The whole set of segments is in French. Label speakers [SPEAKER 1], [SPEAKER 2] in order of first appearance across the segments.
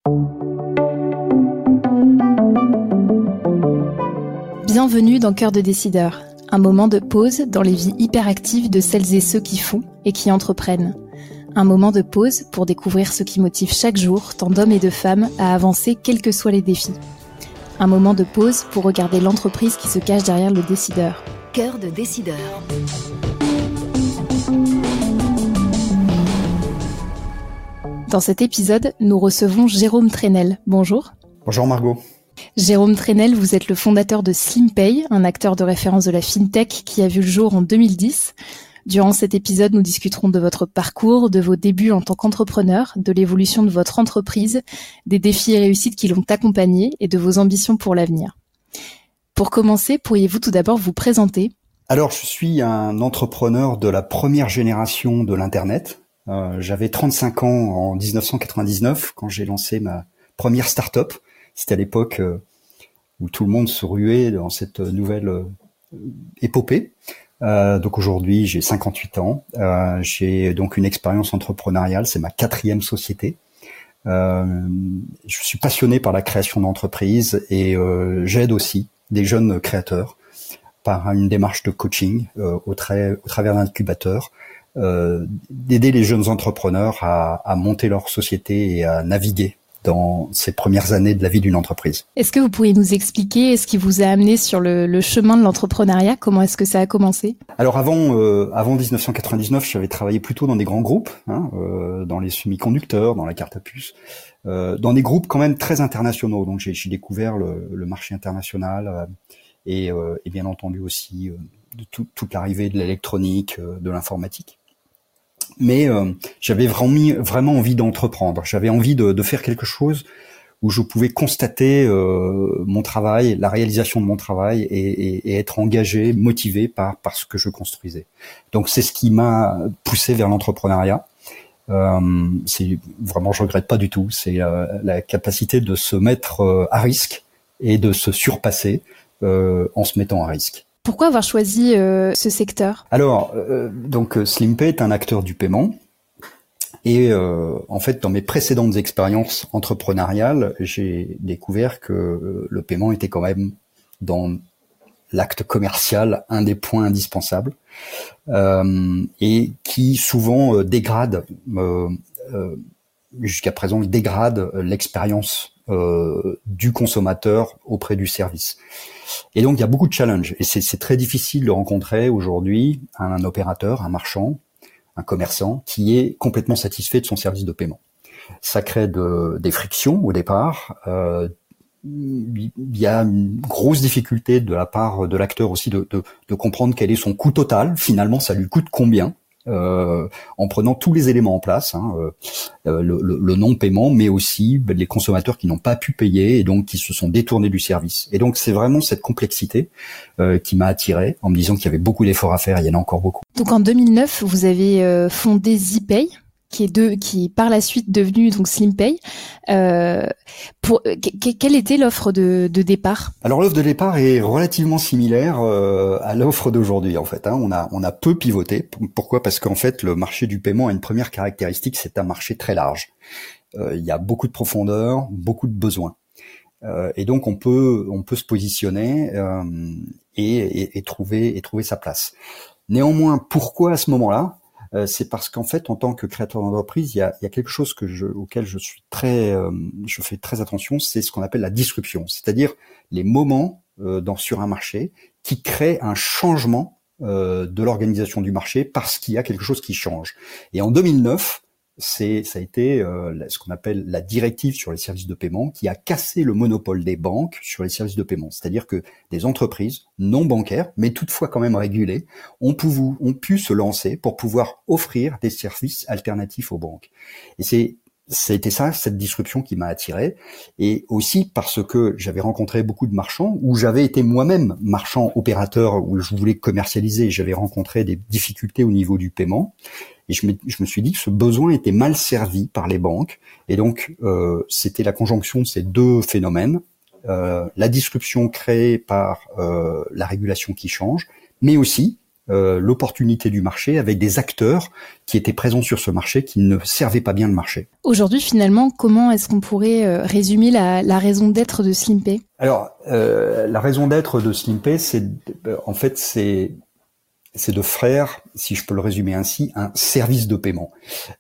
[SPEAKER 1] Bienvenue dans Cœur de décideur, un moment de pause dans les vies hyperactives de celles et ceux qui font et qui entreprennent. Un moment de pause pour découvrir ce qui motive chaque jour tant d'hommes et de femmes à avancer quels que soient les défis. Un moment de pause pour regarder l'entreprise qui se cache derrière le décideur.
[SPEAKER 2] Cœur de décideur.
[SPEAKER 1] Dans cet épisode, nous recevons Jérôme Trenel. Bonjour.
[SPEAKER 3] Bonjour Margot.
[SPEAKER 1] Jérôme Trenel, vous êtes le fondateur de SlimPay, un acteur de référence de la FinTech qui a vu le jour en 2010. Durant cet épisode, nous discuterons de votre parcours, de vos débuts en tant qu'entrepreneur, de l'évolution de votre entreprise, des défis et réussites qui l'ont accompagné et de vos ambitions pour l'avenir. Pour commencer, pourriez-vous tout d'abord vous présenter ?
[SPEAKER 3] Alors, je suis un entrepreneur de la première génération de l'Internet. J'avais 35 ans en 1999 quand j'ai lancé ma première start-up. C'était à l'époque où tout le monde se ruait dans cette nouvelle épopée. Donc aujourd'hui, j'ai 58 ans. J'ai donc une expérience entrepreneuriale. C'est ma 4e société. Je suis passionné par la création d'entreprises et j'aide aussi des jeunes créateurs par une démarche de coaching au travers d'incubateurs, d'aider les jeunes entrepreneurs à monter leur société et à naviguer dans ces premières années de la vie d'une entreprise.
[SPEAKER 1] Est-ce que vous pourriez nous expliquer ce qui vous a amené sur le chemin de l'entrepreneuriat ? Comment est-ce que ça a commencé ?
[SPEAKER 3] Alors avant 1999, j'avais travaillé plutôt dans des grands groupes, dans les semi-conducteurs, dans la carte à puce, dans des groupes quand même très internationaux. Donc j'ai découvert le marché international et bien entendu aussi de toute l'arrivée de l'électronique, de l'informatique. Mais j'avais vraiment envie d'entreprendre. J'avais envie de faire quelque chose où je pouvais constater mon travail, la réalisation de mon travail et être engagé, motivé par ce que je construisais. Donc c'est ce qui m'a poussé vers l'entrepreneuriat. C'est vraiment, je regrette pas du tout. C'est la capacité de se mettre à risque et de se surpasser en se mettant à risque.
[SPEAKER 1] Pourquoi avoir choisi ce secteur ?
[SPEAKER 3] Alors, donc SlimPay est un acteur du paiement et en fait, dans mes précédentes expériences entrepreneuriales, j'ai découvert que le paiement était quand même dans l'acte commercial un des points indispensables et qui souvent dégrade, jusqu'à présent, dégrade l'expérience du consommateur auprès du service. Et donc, il y a beaucoup de challenges. Et c'est très difficile de rencontrer aujourd'hui un opérateur, un marchand, un commerçant qui est complètement satisfait de son service de paiement. Ça crée des frictions au départ. Il y a une grosse difficulté de la part de l'acteur aussi de comprendre quel est son coût total. Finalement, ça lui coûte combien en prenant tous les éléments en place, le non-paiement, mais aussi les consommateurs qui n'ont pas pu payer et donc qui se sont détournés du service. Et donc c'est vraiment cette complexité qui m'a attiré en me disant qu'il y avait beaucoup d'efforts à faire, il y en a encore beaucoup.
[SPEAKER 1] Donc en 2009, vous avez fondé ZPay, qui est par la suite devenu donc SlimPay. Quelle était l'offre de départ ?
[SPEAKER 3] Alors l'offre de départ est relativement similaire à l'offre d'aujourd'hui en fait. On a peu pivoté. Pourquoi ? Parce qu'en fait le marché du paiement a une première caractéristique, c'est un marché très large. Il y a beaucoup de profondeur, beaucoup de besoins. Et donc on peut se positionner et trouver sa place. Néanmoins, pourquoi à ce moment-là ? C'est parce qu'en fait, en tant que créateur d'entreprise, il y a quelque chose auquel je fais très attention, c'est ce qu'on appelle la disruption, c'est-à-dire les moments sur un marché qui créent un changement de l'organisation du marché parce qu'il y a quelque chose qui change. Et en 2009, ça a été ce qu'on appelle la directive sur les services de paiement qui a cassé le monopole des banques sur les services de paiement. C'est-à-dire que des entreprises non bancaires, mais toutefois quand même régulées, ont pu se lancer pour pouvoir offrir des services alternatifs aux banques. Et ça a été cette disruption qui m'a attiré, et aussi parce que j'avais rencontré beaucoup de marchands, où j'avais été moi-même marchand opérateur, où je voulais commercialiser, j'avais rencontré des difficultés au niveau du paiement, et je me suis dit que ce besoin était mal servi par les banques, et donc c'était la conjonction de ces deux phénomènes, la disruption créée par la régulation qui change, mais aussi l'opportunité du marché avec des acteurs qui étaient présents sur ce marché qui ne servaient pas bien le marché.
[SPEAKER 1] Aujourd'hui, finalement, comment est-ce qu'on pourrait résumer la raison d'être de SlimPay ?
[SPEAKER 3] Alors, la raison d'être de SlimPay, c'est de faire, si je peux le résumer ainsi, un service de paiement.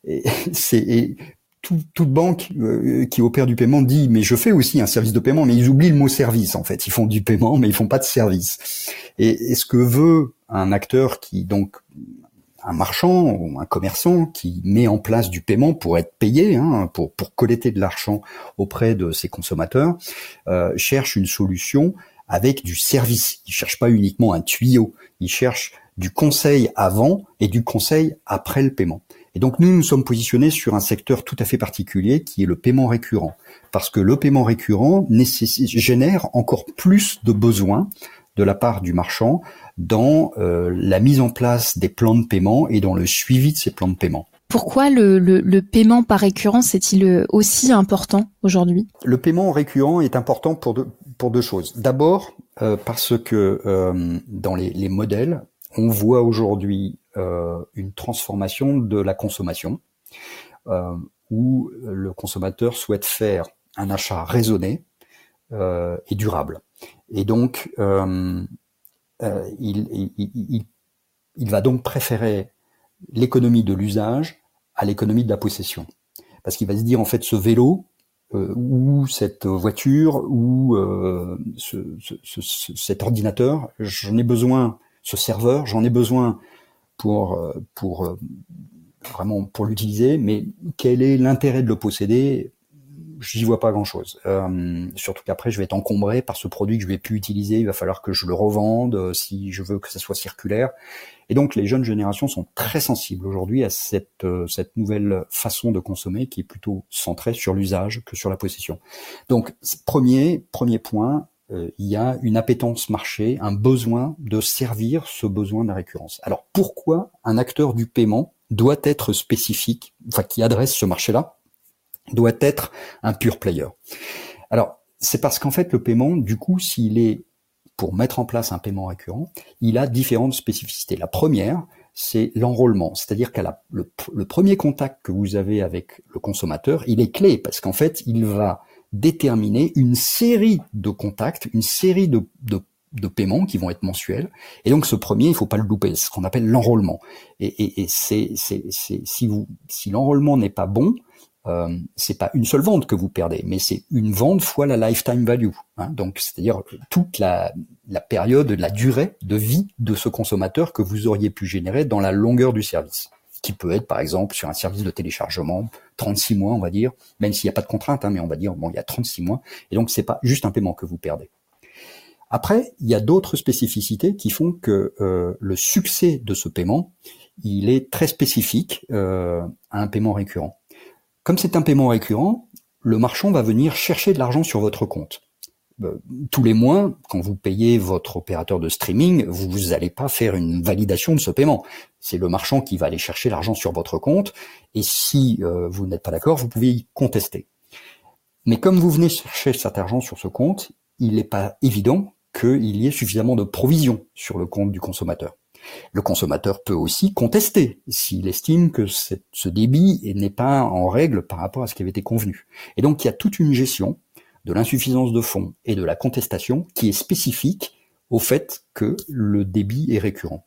[SPEAKER 3] Toute banque qui opère du paiement dit mais je fais aussi un service de paiement, mais ils oublient le mot service en fait. Ils font du paiement mais ils font pas de service. Et ce que veut un acteur un marchand ou un commerçant qui met en place du paiement pour être payé, pour collecter de l'argent auprès de ses consommateurs, cherche une solution avec du service. Il cherche pas uniquement un tuyau. Il cherche du conseil avant et du conseil après le paiement. Et donc nous sommes positionnés sur un secteur tout à fait particulier qui est le paiement récurrent. Parce que le paiement récurrent génère encore plus de besoins de la part du marchand dans la mise en place des plans de paiement et dans le suivi de ces plans de paiement.
[SPEAKER 1] Pourquoi le paiement par récurrence est-il aussi important aujourd'hui ?
[SPEAKER 3] Le paiement récurrent est important pour deux choses. D'abord, parce que dans les modèles, on voit aujourd'hui une transformation de la consommation où le consommateur souhaite faire un achat raisonné et durable. Et donc, il va donc préférer l'économie de l'usage à l'économie de la possession. Parce qu'il va se dire, en fait, ce vélo ou cette voiture ou cet ordinateur, j'en ai besoin, ce serveur, j'en ai besoin pour vraiment pour l'utiliser, mais quel est l'intérêt de le posséder ? J'y vois pas grand-chose. Surtout qu'après, je vais être encombré par ce produit que je vais plus utiliser. Il va falloir que je le revende si je veux que ça soit circulaire. Et donc, les jeunes générations sont très sensibles aujourd'hui à cette nouvelle façon de consommer qui est plutôt centrée sur l'usage que sur la possession. Donc, premier point, il y a une appétence marché, un besoin de servir ce besoin de la récurrence. Alors, pourquoi un acteur du paiement doit être spécifique, qui adresse ce marché-là, doit être un pure player? Alors, c'est parce qu'en fait, le paiement, du coup, s'il est pour mettre en place un paiement récurrent, il a différentes spécificités. La première, c'est l'enrôlement, c'est-à-dire qu'à le premier contact que vous avez avec le consommateur, il est clé parce qu'en fait, il va déterminer une série de contacts, une série de paiements qui vont être mensuels. Et donc, ce premier, il faut pas le louper, c'est ce qu'on appelle l'enrôlement. Et si l'enrôlement n'est pas bon, c'est pas une seule vente que vous perdez, mais c'est une vente fois la lifetime value. Donc, c'est-à-dire toute la période, la durée de vie de ce consommateur que vous auriez pu générer dans la longueur du service, qui peut être, par exemple, sur un service de téléchargement, 36 mois, on va dire, même s'il n'y a pas de contrainte, mais on va dire, il y a 36 mois, et donc c'est pas juste un paiement que vous perdez. Après, il y a d'autres spécificités qui font que le succès de ce paiement, il est très spécifique à un paiement récurrent. Comme c'est un paiement récurrent, le marchand va venir chercher de l'argent sur votre compte. Tous les mois, quand vous payez votre opérateur de streaming, vous n'allez pas faire une validation de ce paiement. C'est le marchand qui va aller chercher l'argent sur votre compte, et si vous n'êtes pas d'accord, vous pouvez y contester. Mais comme vous venez chercher cet argent sur ce compte, il n'est pas évident qu'il y ait suffisamment de provisions sur le compte du consommateur. Le consommateur peut aussi contester s'il estime que ce débit n'est pas en règle par rapport à ce qui avait été convenu. Et donc, il y a toute une gestion de l'insuffisance de fonds et de la contestation qui est spécifique au fait que le débit est récurrent.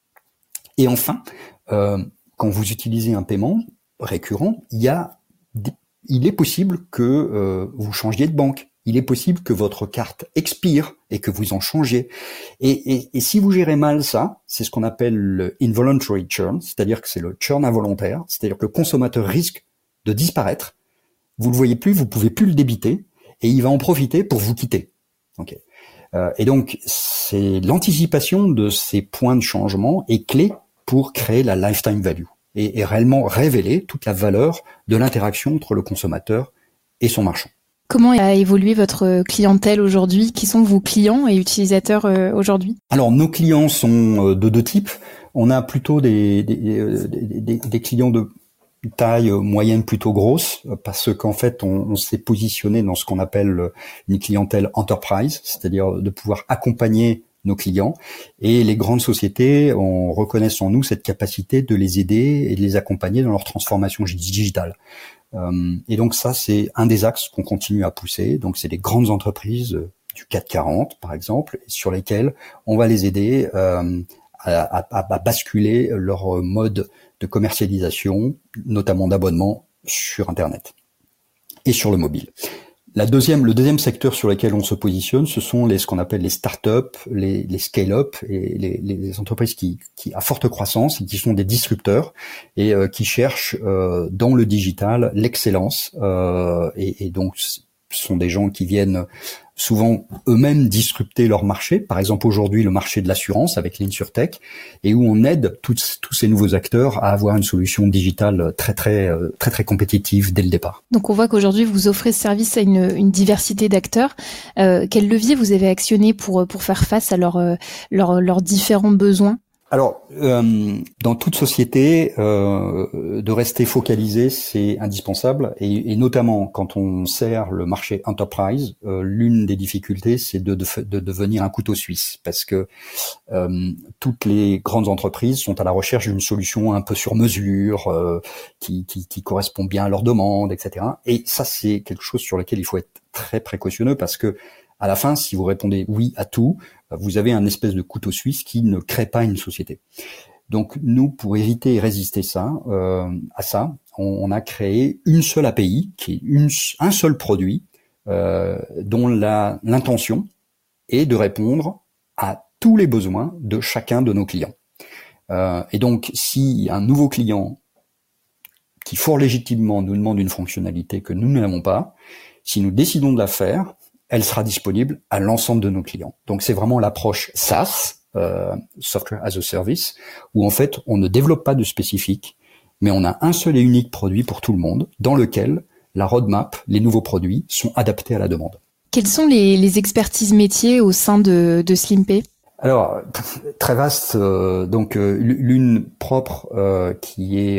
[SPEAKER 3] Et enfin, quand vous utilisez un paiement récurrent, il est possible que vous changiez de banque. Il est possible que votre carte expire et que vous en changiez. Et si vous gérez mal ça, c'est ce qu'on appelle le involuntary churn, c'est-à-dire que c'est le churn involontaire, c'est-à-dire que le consommateur risque de disparaître, vous le voyez plus, vous pouvez plus le débiter, et il va en profiter pour vous quitter. Okay. Et donc, c'est l'anticipation de ces points de changement est clé pour créer la lifetime value et réellement révéler toute la valeur de l'interaction entre le consommateur et son marchand.
[SPEAKER 1] Comment a évolué votre clientèle aujourd'hui ? Qui sont vos clients et utilisateurs aujourd'hui ? Alors,
[SPEAKER 3] nos clients sont de deux types. On a plutôt des clients de taille moyenne plutôt grosse, parce qu'en fait, on s'est positionné dans ce qu'on appelle une clientèle enterprise, c'est-à-dire de pouvoir accompagner nos clients. Et les grandes sociétés reconnaissent en nous cette capacité de les aider et de les accompagner dans leur transformation digitale. Et donc ça, c'est un des axes qu'on continue à pousser. Donc c'est les grandes entreprises du CAC 40, par exemple, sur lesquelles on va les aider à basculer leur mode de commercialisation, notamment d'abonnement sur Internet et sur le mobile. Le deuxième secteur sur lequel on se positionne, ce sont ce qu'on appelle les start-up, les scale-up et les entreprises qui à forte croissance et qui sont des disrupteurs et qui cherchent dans le digital l'excellence et donc ce sont des gens qui viennent souvent eux-mêmes disrupter leur marché. Par exemple, aujourd'hui, le marché de l'assurance avec l'InsurTech, et où on aide tous ces nouveaux acteurs à avoir une solution digitale très compétitive dès le départ.
[SPEAKER 1] Donc, on voit qu'aujourd'hui, vous offrez ce service à une diversité d'acteurs. Quel levier vous avez actionné pour faire face à leurs différents besoins ?
[SPEAKER 3] Alors, dans toute société, de rester focalisé, c'est indispensable, et notamment quand on sert le marché enterprise, l'une des difficultés, c'est de devenir un couteau suisse, parce que toutes les grandes entreprises sont à la recherche d'une solution un peu sur mesure, qui correspond bien à leurs demandes, etc. Et ça, c'est quelque chose sur lequel il faut être très précautionneux, parce que à la fin, si vous répondez oui à tout, vous avez un espèce de couteau suisse qui ne crée pas une société. Donc nous, pour éviter et résister à ça, on a créé une seule API, qui est un seul produit, dont l'intention est de répondre à tous les besoins de chacun de nos clients. Et donc, si un nouveau client qui fort légitimement nous demande une fonctionnalité que nous n'avons pas, si nous décidons de la faire, elle sera disponible à l'ensemble de nos clients. Donc c'est vraiment l'approche SaaS, Software as a Service, où en fait on ne développe pas de spécifique, mais on a un seul et unique produit pour tout le monde, dans lequel la roadmap, les nouveaux produits, sont adaptés à la demande.
[SPEAKER 1] Quelles sont les expertises métiers au sein de SlimPay ?
[SPEAKER 3] Alors, très vaste, donc l'une propre qui est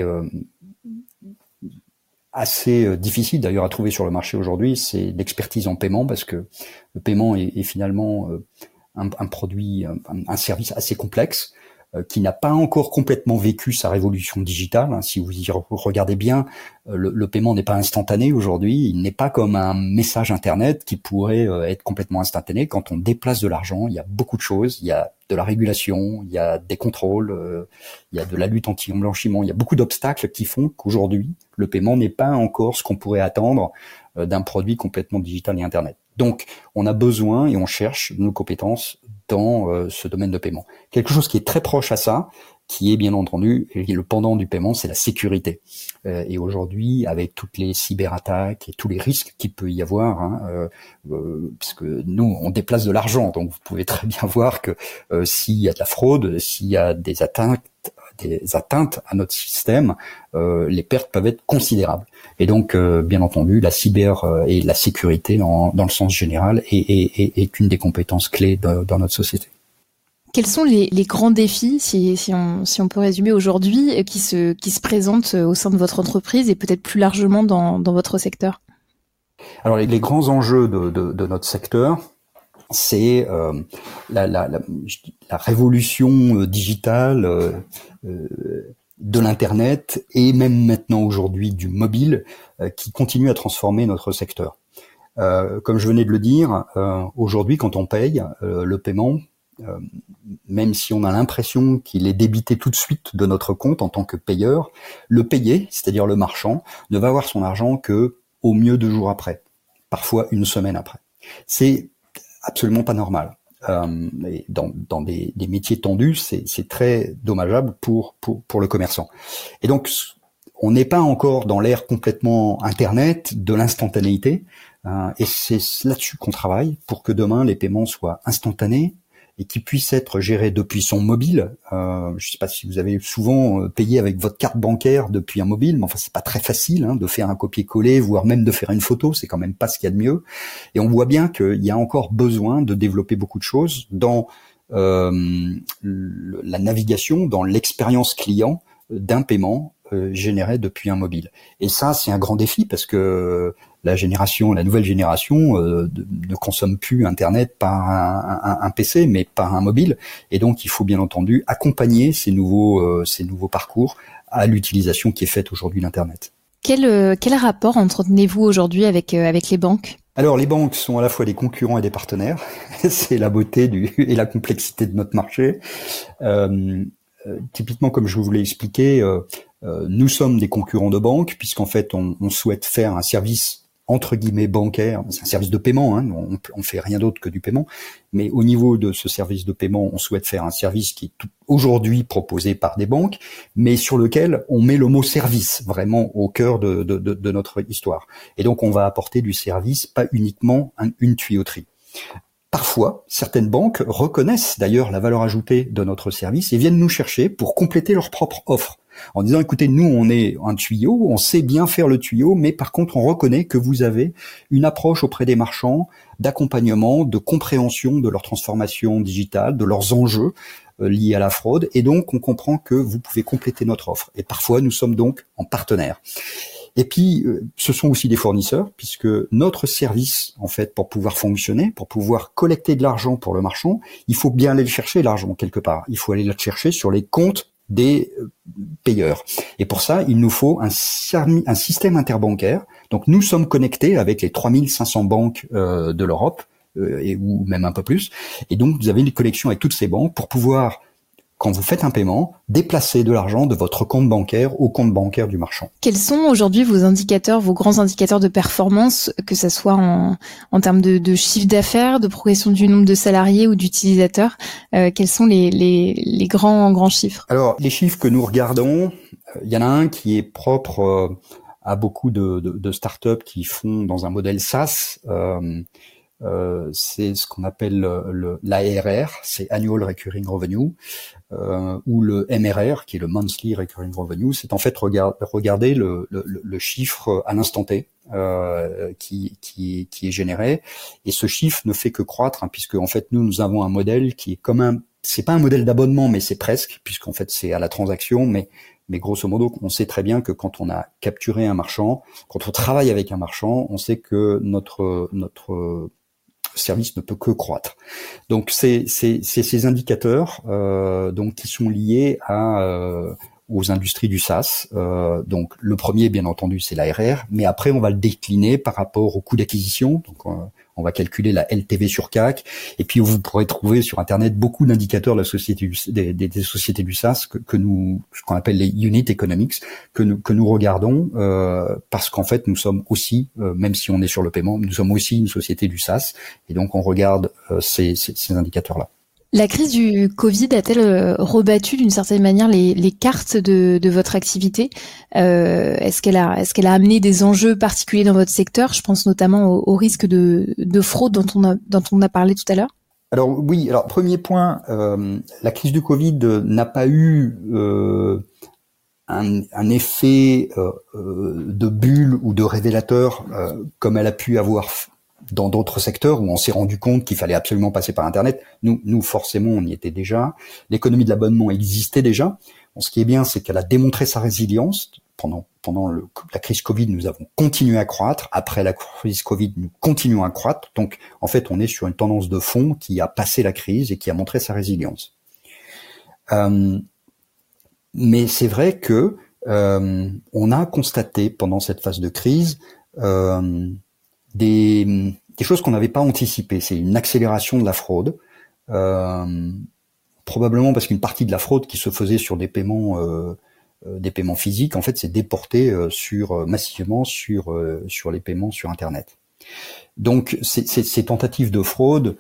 [SPEAKER 3] assez difficile d'ailleurs à trouver sur le marché aujourd'hui, c'est l'expertise en paiement, parce que le paiement est finalement un produit, un service assez complexe qui n'a pas encore complètement vécu sa révolution digitale. Si vous y regardez bien, le paiement n'est pas instantané aujourd'hui. Il n'est pas comme un message Internet qui pourrait être complètement instantané. Quand on déplace de l'argent, il y a beaucoup de choses. Il y a de la régulation, il y a des contrôles, il y a de la lutte anti-blanchiment. Il y a beaucoup d'obstacles qui font qu'aujourd'hui, le paiement n'est pas encore ce qu'on pourrait attendre d'un produit complètement digital et Internet. Donc, on a besoin et on cherche nos compétences dans ce domaine de paiement. Quelque chose qui est très proche à ça, qui est bien entendu, et le pendant du paiement, c'est la sécurité. Et aujourd'hui, avec toutes les cyberattaques et tous les risques qu'il peut y avoir, parce que nous, on déplace de l'argent, donc vous pouvez très bien voir que s'il y a de la fraude, s'il y a des atteintes à notre système, les pertes peuvent être considérables. Et donc, bien entendu, la cyber et la sécurité dans le sens général est une des compétences clés dans notre société.
[SPEAKER 1] Quels sont les grands défis, si on peut résumer aujourd'hui, qui se présentent au sein de votre entreprise et peut-être plus largement dans votre secteur ?
[SPEAKER 3] Alors, les grands enjeux de notre secteur, c'est la révolution digitale de l'Internet et même maintenant aujourd'hui du mobile qui continue à transformer notre secteur. Comme je venais de le dire, aujourd'hui quand on paye, le paiement, même si on a l'impression qu'il est débité tout de suite de notre compte en tant que payeur, le payé, c'est-à-dire le marchand, ne va avoir son argent que au mieux 2 jours après, parfois une semaine après. C'est absolument pas normal. Et dans des métiers tendus, c'est très dommageable pour le commerçant. Et donc, on n'est pas encore dans l'ère complètement Internet de l'instantanéité, et c'est là-dessus qu'on travaille pour que demain les paiements soient instantanés et qui puisse être géré depuis son mobile. Je ne sais pas si vous avez souvent payé avec votre carte bancaire depuis un mobile, mais enfin c'est pas très facile de faire un copier-coller, voire même de faire une photo, c'est quand même pas ce qu'il y a de mieux. Et on voit bien qu'il y a encore besoin de développer beaucoup de choses dans la navigation, dans l'expérience client d'un paiement générés depuis un mobile. Et ça, c'est un grand défi parce que la nouvelle génération ne consomme plus Internet par un PC, mais par un mobile. Et donc, il faut bien entendu accompagner ces nouveaux parcours à l'utilisation qui est faite aujourd'hui d'Internet.
[SPEAKER 1] Quel rapport entretenez-vous aujourd'hui avec les banques ?
[SPEAKER 3] Alors, les banques sont à la fois des concurrents et des partenaires. C'est la beauté et la complexité de notre marché. Typiquement, comme je vous l'ai expliqué, nous sommes des concurrents de banques puisqu'en fait, on souhaite faire un service entre guillemets bancaire, c'est un service de paiement, hein, on fait rien d'autre que du paiement, mais au niveau de ce service de paiement, on souhaite faire un service qui est aujourd'hui proposé par des banques, mais sur lequel on met le mot service vraiment au cœur de notre histoire. Et donc on va apporter du service, pas uniquement une tuyauterie. Parfois, certaines banques reconnaissent d'ailleurs la valeur ajoutée de notre service et viennent nous chercher pour compléter leur propre offre. En disant, écoutez, nous, on est un tuyau, on sait bien faire le tuyau, mais par contre, on reconnaît que vous avez une approche auprès des marchands d'accompagnement, de compréhension de leur transformation digitale, de leurs enjeux liés à la fraude, et donc on comprend que vous pouvez compléter notre offre. Et parfois, nous sommes donc en partenaire. Et puis, ce sont aussi des fournisseurs, puisque notre service, en fait, pour pouvoir fonctionner, pour pouvoir collecter de l'argent pour le marchand, il faut bien aller le chercher, l'argent, quelque part. Il faut aller le chercher sur les comptes des payeurs. Et pour ça, il nous faut un système interbancaire. Donc, nous sommes connectés avec les 3500 banques de l'Europe, ou même un peu plus. Et donc, vous avez une connexion avec toutes ces banques pour pouvoir, quand vous faites un paiement, déplacer de l'argent de votre compte bancaire au compte bancaire du marchand.
[SPEAKER 1] Quels sont aujourd'hui vos indicateurs, vos grands indicateurs de performance, que ça soit en termes de chiffre d'affaires, de progression du nombre de salariés ou d'utilisateurs? Quels sont les grands chiffres?
[SPEAKER 3] Alors, les chiffres que nous regardons, il y en a un qui est propre à beaucoup de startups qui font dans un modèle SaaS. C'est ce qu'on appelle l'ARR, c'est Annual Recurring Revenue, ou le MRR, qui est le Monthly Recurring Revenue. C'est en fait regarder le chiffre à l'instant T qui est généré, et ce chiffre ne fait que croître, hein, puisque en fait nous avons un modèle qui est comme c'est pas un modèle d'abonnement, mais c'est presque, puisqu'en fait c'est à la transaction, mais grosso modo, on sait très bien que quand on a capturé un marchand, quand on travaille avec un marchand, on sait que notre service ne peut que croître. Donc c'est ces indicateurs donc qui sont liés aux industries du SaaS. Donc le premier, bien entendu, c'est l'ARR, mais après on va le décliner par rapport au coût d'acquisition. Donc on va calculer la LTV sur CAC, et puis vous pourrez trouver sur Internet beaucoup d'indicateurs de la société des sociétés du SaaS ce qu'on appelle les unit economics, que nous regardons parce qu'en fait nous sommes aussi, même si on est sur le paiement, nous sommes aussi une société du SaaS, et donc on regarde ces indicateurs-là.
[SPEAKER 1] La crise du Covid a-t-elle rebattu d'une certaine manière les cartes de votre activité? Est-ce qu'elle a amené des enjeux particuliers dans votre secteur? Je pense notamment au risque de fraude dont on a parlé tout à l'heure.
[SPEAKER 3] Alors oui, premier point, la crise du Covid n'a pas eu un effet de bulle ou de révélateur comme elle a pu avoir dans d'autres secteurs où on s'est rendu compte qu'il fallait absolument passer par Internet. Nous forcément, on y était déjà. L'économie de l'abonnement existait déjà. Bon, ce qui est bien, c'est qu'elle a démontré sa résilience. Pendant la crise Covid, nous avons continué à croître. Après la crise Covid, nous continuons à croître. Donc, en fait, on est sur une tendance de fond qui a passé la crise et qui a montré sa résilience. Mais c'est vrai que on a constaté pendant cette phase de crise des choses qu'on n'avait pas anticipées. C'est une accélération de la fraude, probablement parce qu'une partie de la fraude qui se faisait sur des paiements physiques, en fait, s'est déportée massivement sur les paiements sur Internet. Donc, ces tentatives de fraude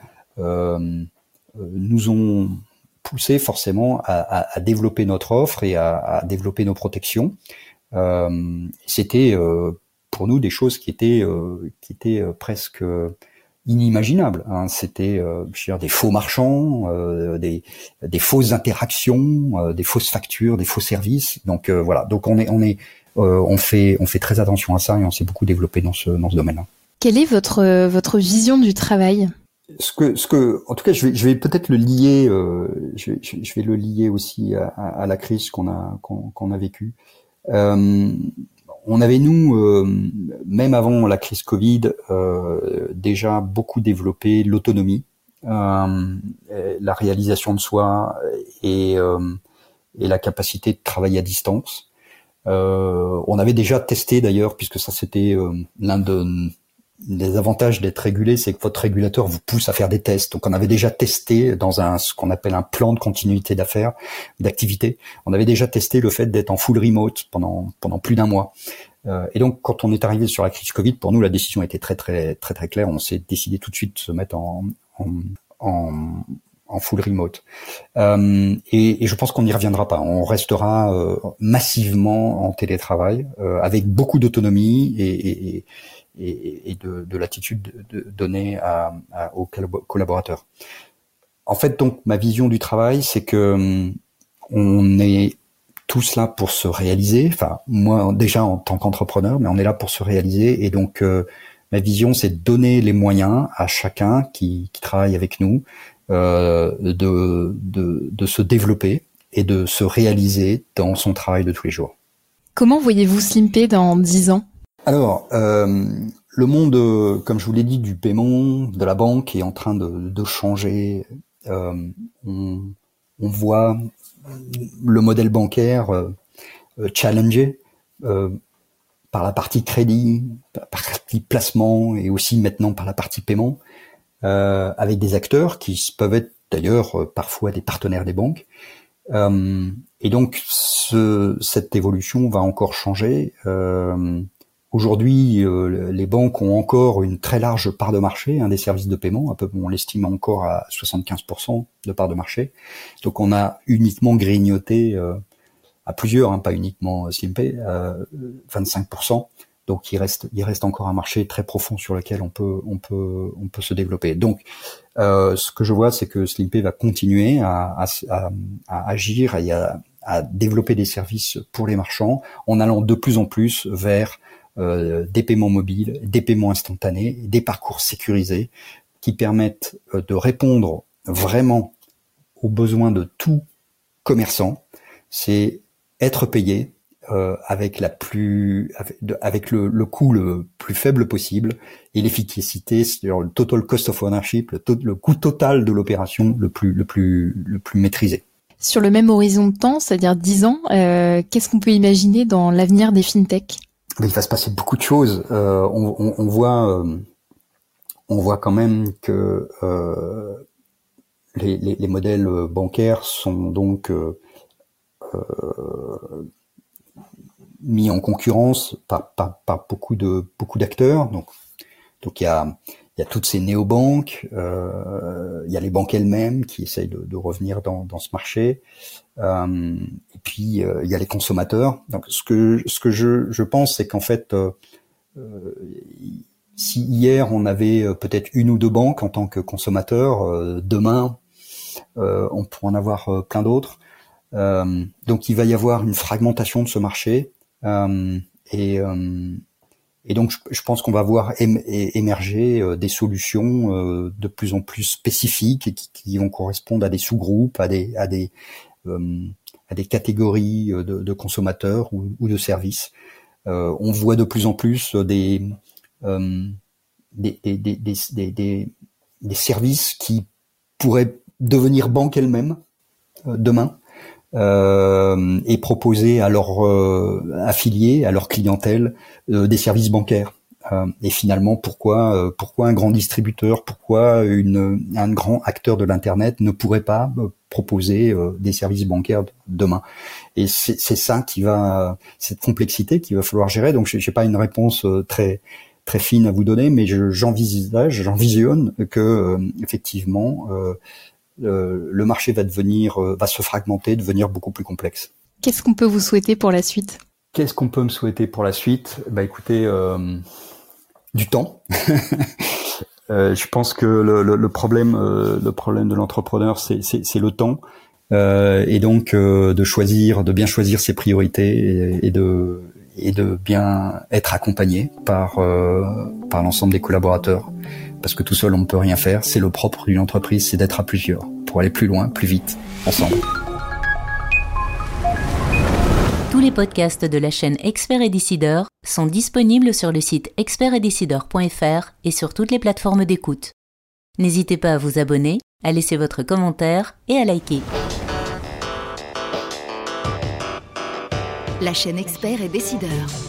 [SPEAKER 3] nous ont poussé forcément à développer notre offre et à développer nos protections. C'était pour nous des choses qui étaient presque inimaginables, hein. C'était des faux marchands, des fausses interactions, des fausses factures, des faux services. Donc voilà. Donc on fait très attention à ça et on s'est beaucoup développé dans ce domaine-là.
[SPEAKER 1] Quelle est votre vision du travail?
[SPEAKER 3] En tout cas, je vais peut-être le lier. Je vais le lier aussi à la crise qu'on a vécue. On avait, nous, même avant la crise Covid, déjà beaucoup développé l'autonomie, la réalisation de soi et la capacité de travailler à distance. On avait déjà testé d'ailleurs, puisque ça c'était l'un des avantages d'être régulé, c'est que votre régulateur vous pousse à faire des tests. Donc on avait déjà testé dans ce qu'on appelle un plan de continuité d'affaires, d'activité. On avait déjà testé le fait d'être en full remote pendant plus d'un mois. Et donc quand on est arrivé sur la crise Covid, pour nous la décision était très claire. On s'est décidé tout de suite de se mettre en full remote. Et je pense qu'on n'y reviendra pas. On restera massivement en télétravail, avec beaucoup d'autonomie et de l'attitude donnée aux collaborateurs. En fait, donc, ma vision du travail, c'est que on est tous là pour se réaliser. Enfin, moi, déjà en tant qu'entrepreneur, mais on est là pour se réaliser. Et donc, ma vision, c'est de donner les moyens à chacun qui travaille avec nous de se développer et de se réaliser dans son travail de tous les jours.
[SPEAKER 1] Comment voyez-vous SlimPay dans 10 ans ?
[SPEAKER 3] Alors, le monde, comme je vous l'ai dit, du paiement, de la banque est en train de changer. On voit le modèle bancaire challengé par la partie crédit, par la partie placement et aussi maintenant par la partie paiement, avec des acteurs qui peuvent être d'ailleurs parfois des partenaires des banques. Et donc cette évolution va encore changer. Aujourd'hui, les banques ont encore une très large part de marché, des services de paiement. On l'estime encore à 75% de part de marché. Donc on a uniquement grignoté à plusieurs, pas uniquement SlimPay, 25%. Donc il reste encore un marché très profond sur lequel on peut se développer. Donc ce que je vois, c'est que SlimPay va continuer à agir et à développer des services pour les marchands en allant de plus en plus vers des paiements mobiles, des paiements instantanés, des parcours sécurisés qui permettent de répondre vraiment aux besoins de tout commerçant. C'est être payé avec le coût le plus faible possible et l'efficacité, c'est-à-dire le total cost of ownership, le coût total de l'opération le plus maîtrisé.
[SPEAKER 1] Sur le même horizon de temps, c'est-à-dire 10 ans, qu'est-ce qu'on peut imaginer dans l'avenir des fintech ?
[SPEAKER 3] Il va se passer beaucoup de choses. On voit quand même que les modèles bancaires sont donc mis en concurrence par beaucoup d'acteurs. Donc il y a toutes ces néobanques, il y a les banques elles-mêmes qui essayent de revenir dans ce marché. Et puis il y a les consommateurs. Donc ce que je pense, c'est qu'en fait, si hier on avait peut-être une ou deux banques en tant que consommateur, demain on pourrait en avoir plein d'autres. Donc il va y avoir une fragmentation de ce marché et donc je pense qu'on va voir émerger des solutions de plus en plus spécifiques et qui vont correspondre à des sous-groupes, à des catégories de consommateurs ou de services. On voit de plus en plus des services qui pourraient devenir banques elles-mêmes demain. Et proposer à leurs affiliés, à leur clientèle, des services bancaires. Et finalement, pourquoi un grand distributeur, pourquoi un grand acteur de l'internet ne pourrait pas proposer des services bancaires demain? Et c'est ça cette complexité qu'il va falloir gérer. Donc, j'ai pas une réponse très fine à vous donner, mais j'envisionne que effectivement. Le marché va se fragmenter, devenir beaucoup plus complexe.
[SPEAKER 1] Qu'est-ce qu'on peut vous souhaiter pour la suite ?
[SPEAKER 3] Qu'est-ce qu'on peut me souhaiter pour la suite ? Écoutez, du temps. Je pense que le problème de l'entrepreneur, c'est le temps, et donc de bien choisir ses priorités et de bien être accompagné par l'ensemble des collaborateurs. Parce que tout seul, on ne peut rien faire. C'est le propre d'une entreprise, c'est d'être à plusieurs pour aller plus loin, plus vite, ensemble.
[SPEAKER 2] Tous les podcasts de la chaîne Experts et Décideurs sont disponibles sur le site expertsetdecideurs.fr et sur toutes les plateformes d'écoute. N'hésitez pas à vous abonner, à laisser votre commentaire et à liker.
[SPEAKER 4] La chaîne Experts et Décideurs.